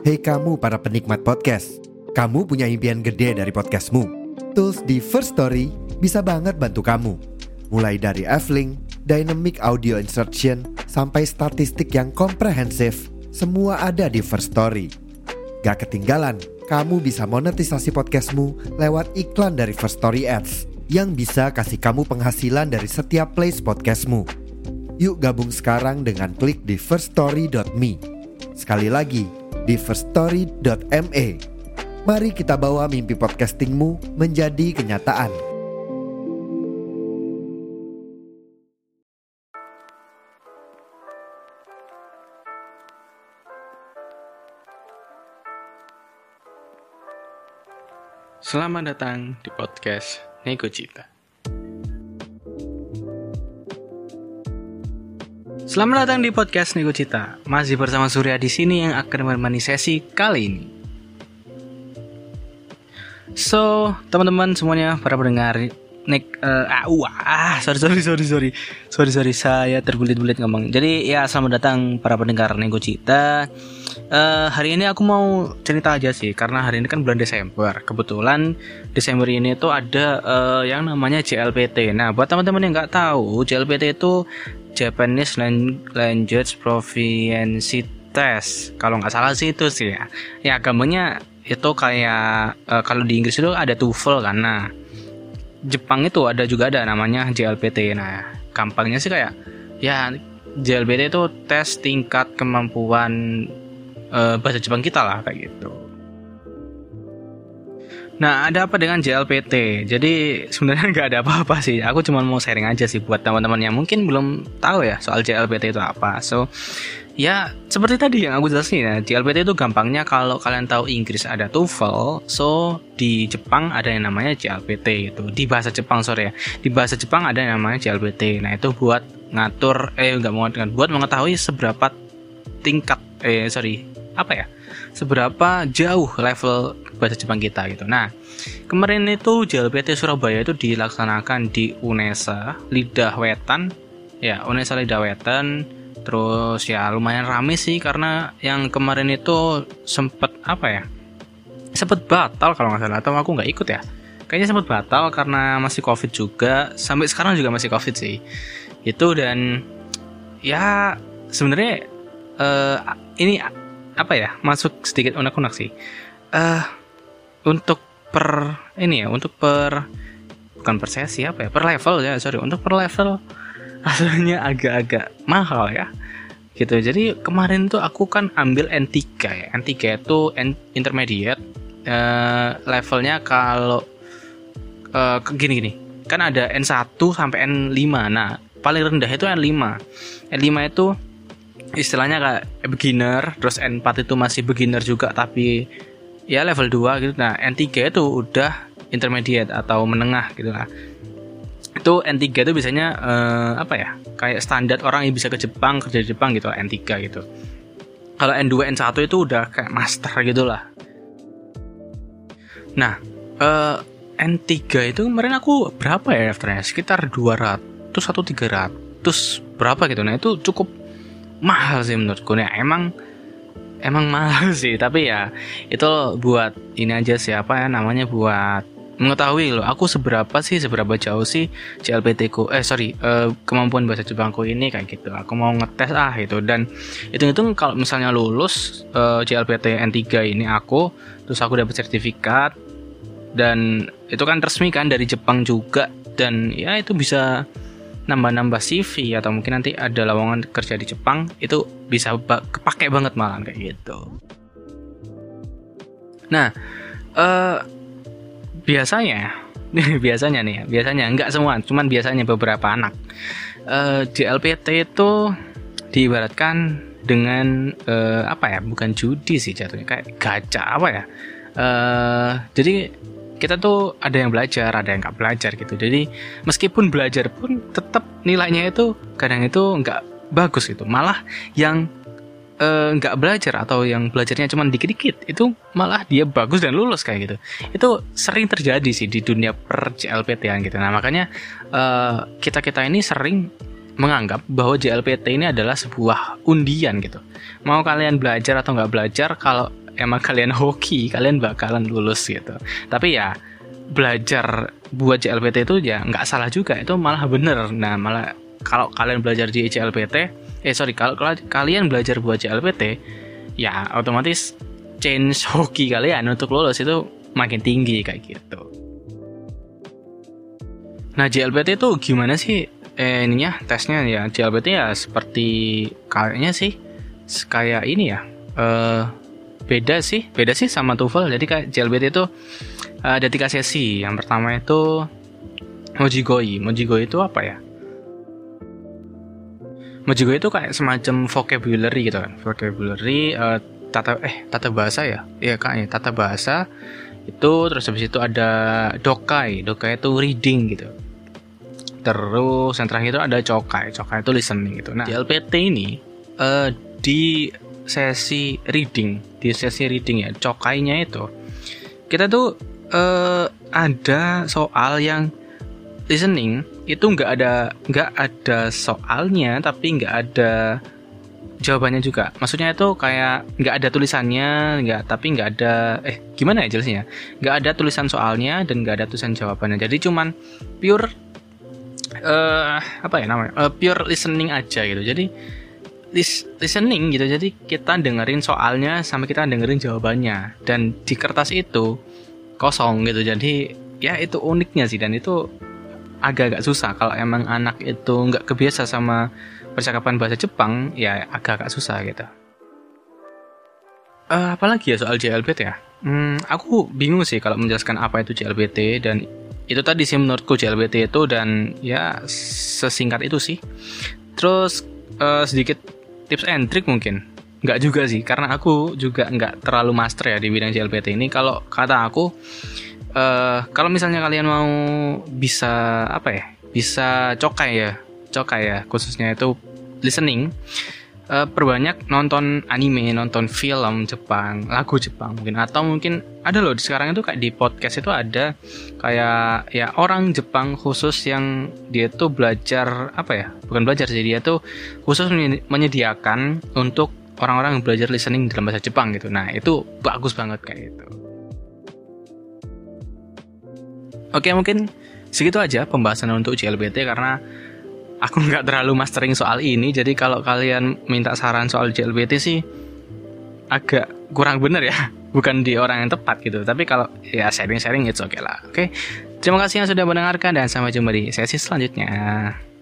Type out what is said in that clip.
Hei kamu para penikmat podcast, kamu punya impian gede dari podcastmu. Tools di First Story bisa banget bantu kamu. Mulai dari F-Link, Dynamic Audio Insertion, sampai statistik yang komprehensif, semua ada di First Story. Gak ketinggalan, kamu bisa monetisasi podcastmu lewat iklan dari First Story Ads yang bisa kasih kamu penghasilan dari setiap plays podcastmu. Yuk gabung sekarang dengan klik di firststory.me. Sekali lagi, di firststory.me. Mari kita bawa mimpi podcastingmu menjadi kenyataan. Selamat datang di podcast Nego Cita. Selamat datang di podcast Nego Cita. Masih bersama Surya di sini yang akan menemani sesi kali ini. So, teman-teman semuanya, para pendengar sorry saya terbelit-belit ngomong. Jadi ya, selamat datang para pendengar Nego Cita. Hari ini aku mau cerita aja sih, karena hari ini kan bulan Desember. Kebetulan Desember ini tuh ada yang namanya JLPT. Nah, buat teman-teman yang nggak tahu, JLPT itu Japanese Language Proficiency Test. Kalau nggak salah sih itu sih ya. Ya, gampangnya itu kayak kalau di Inggris itu ada TOEFL kan. Nah, Jepang itu juga ada namanya JLPT. Nah, gampangnya sih kayak ya JLPT itu tes tingkat kemampuan bahasa Jepang kita lah, kayak gitu. Nah, ada apa dengan JLPT? Jadi sebenarnya nggak ada apa-apa sih. Aku cuma mau sharing aja sih buat teman-teman yang mungkin belum tahu ya soal JLPT itu apa. So, ya seperti tadi yang aku jelasin ya, JLPT itu gampangnya kalau kalian tahu Inggris ada TOEFL, so di Jepang ada yang namanya JLPT itu. Di bahasa Jepang ya. Di bahasa Jepang ada yang namanya JLPT. Nah, itu buat ngatur buat mengetahui seberapa tingkat seberapa jauh level bahasa Jepang kita gitu. Nah, kemarin itu JLPT Surabaya itu dilaksanakan di UNESA Lidah Wetan. Ya, UNESA Lidah Wetan. Terus ya lumayan rame sih, karena yang kemarin itu sempet batal kalau nggak salah, atau aku nggak ikut ya. Kayaknya sempet batal karena masih COVID juga. Sampai sekarang juga masih COVID sih. Itu, dan ya sebenarnya ini masuk sedikit unek-unek sih. Untuk per level ya, untuk per level rasanya agak-agak mahal ya gitu. Jadi kemarin tuh aku kan ambil N3 ya. N3 itu intermediate. Levelnya kalau gini kan ada N1 sampai N5. Nah, paling rendah itu N5. N5 itu istilahnya kayak beginner, terus N4 itu masih beginner juga tapi ya level 2 gitu. Nah, N3 itu udah intermediate atau menengah gitu lah. Itu N3 itu biasanya kayak standar orang yang bisa kerja di Jepang gitu, N3 gitu. Kalau N2, N1 itu udah kayak master gitu lah. Nah, N3 itu kemarin aku berapa ya daftarnya? Sekitar 200 atau 300 berapa gitu. Nah, itu cukup mahal sih menurutku. Nah, emang mahal sih, tapi ya itu buat ini aja sih, buat mengetahui loh aku seberapa jauh sih JLPT ku kemampuan bahasa Jepangku ini, kayak gitu. Aku mau ngetes gitu, dan hitung-hitung kalau misalnya lulus JLPT N3 ini terus aku dapat sertifikat, dan itu kan resmi kan dari Jepang juga, dan ya itu bisa nambah-nambah CV, atau mungkin nanti ada lowongan kerja di Jepang, itu bisa kepake banget malah kayak gitu. Nah, biasanya enggak semua, cuman biasanya beberapa anak JLPT itu diibaratkan dengan bukan judi sih jatuhnya, kayak gacha jadi kita tuh ada yang belajar, ada yang nggak belajar gitu. Jadi meskipun belajar pun tetap nilainya itu kadang itu nggak bagus gitu. Malah yang nggak belajar atau yang belajarnya cuma dikit-dikit itu malah dia bagus dan lulus kayak gitu. Itu sering terjadi sih di dunia per JLPT-an gitu. Nah, makanya kita ini sering menganggap bahwa JLPT ini adalah sebuah undian gitu. Mau kalian belajar atau nggak belajar, kalau emang kalian hoki, kalian bakalan lulus gitu. Tapi ya belajar buat JLPT itu ya nggak salah juga, itu malah bener. Nah malah kalau kalian belajar di kalau kalian belajar buat JLPT, ya otomatis chance hoki kalian untuk lulus itu makin tinggi kayak gitu. Nah JLPT itu gimana sih ininya tesnya ya? JLPT ya seperti kayaknya sih kayak ini ya. Beda sih sama TOEFL. Jadi kayak JLPT itu ada 3 sesi. Yang pertama itu Mojigoi. Mojigoi itu apa ya? Mojigoi itu kayak semacam vocabulary gitu kan. Vocabulary tata bahasa ya. Iya kayaknya tata bahasa itu. Terus habis itu ada dokai. Dokai itu reading gitu. Terus yang terakhir itu ada cokai. Cokai itu listening gitu. Nah, JLPT ini di sesi reading ya, cokainya itu kita tuh ada soal yang listening itu nggak ada soalnya, tapi nggak ada jawabannya juga. Maksudnya itu kayak nggak ada tulisannya, tapi nggak ada gimana ya jelasnya? Nggak ada tulisan soalnya dan nggak ada tulisan jawabannya. Jadi cuman pure pure listening aja gitu. Jadi listening gitu. Jadi kita dengerin soalnya sama kita dengerin jawabannya, dan di kertas itu kosong gitu. Jadi ya itu uniknya sih, dan itu agak-agak susah kalau emang anak itu nggak kebiasa sama percakapan bahasa Jepang, ya agak-agak susah gitu. Apalagi ya soal JLPT ya. Aku bingung sih kalau menjelaskan apa itu JLPT, dan itu tadi sih menurutku JLPT itu, dan ya sesingkat itu sih. Terus sedikit tips and trick mungkin. Nggak juga sih, karena aku juga nggak terlalu master ya di bidang JLPT ini. Kalau kata aku, kalau misalnya kalian mau bisa cokai ya, khususnya itu listening, perbanyak nonton anime, nonton film Jepang, lagu Jepang mungkin, atau mungkin ada loh sekarang itu kayak di podcast itu ada kayak ya orang Jepang khusus yang dia tuh belajar bukan belajar sih, dia tuh khusus menyediakan untuk orang-orang yang belajar listening dalam bahasa Jepang gitu. Nah itu bagus banget kayak gitu. Oke, mungkin segitu aja pembahasan untuk JLPT, karena aku nggak terlalu mastering soal ini. Jadi kalau kalian minta saran soal JLPT sih agak kurang bener ya, bukan di orang yang tepat gitu. Tapi kalau ya sharing-sharing it's okay lah. Oke, terima kasih yang sudah mendengarkan, dan sampai jumpa di sesi selanjutnya.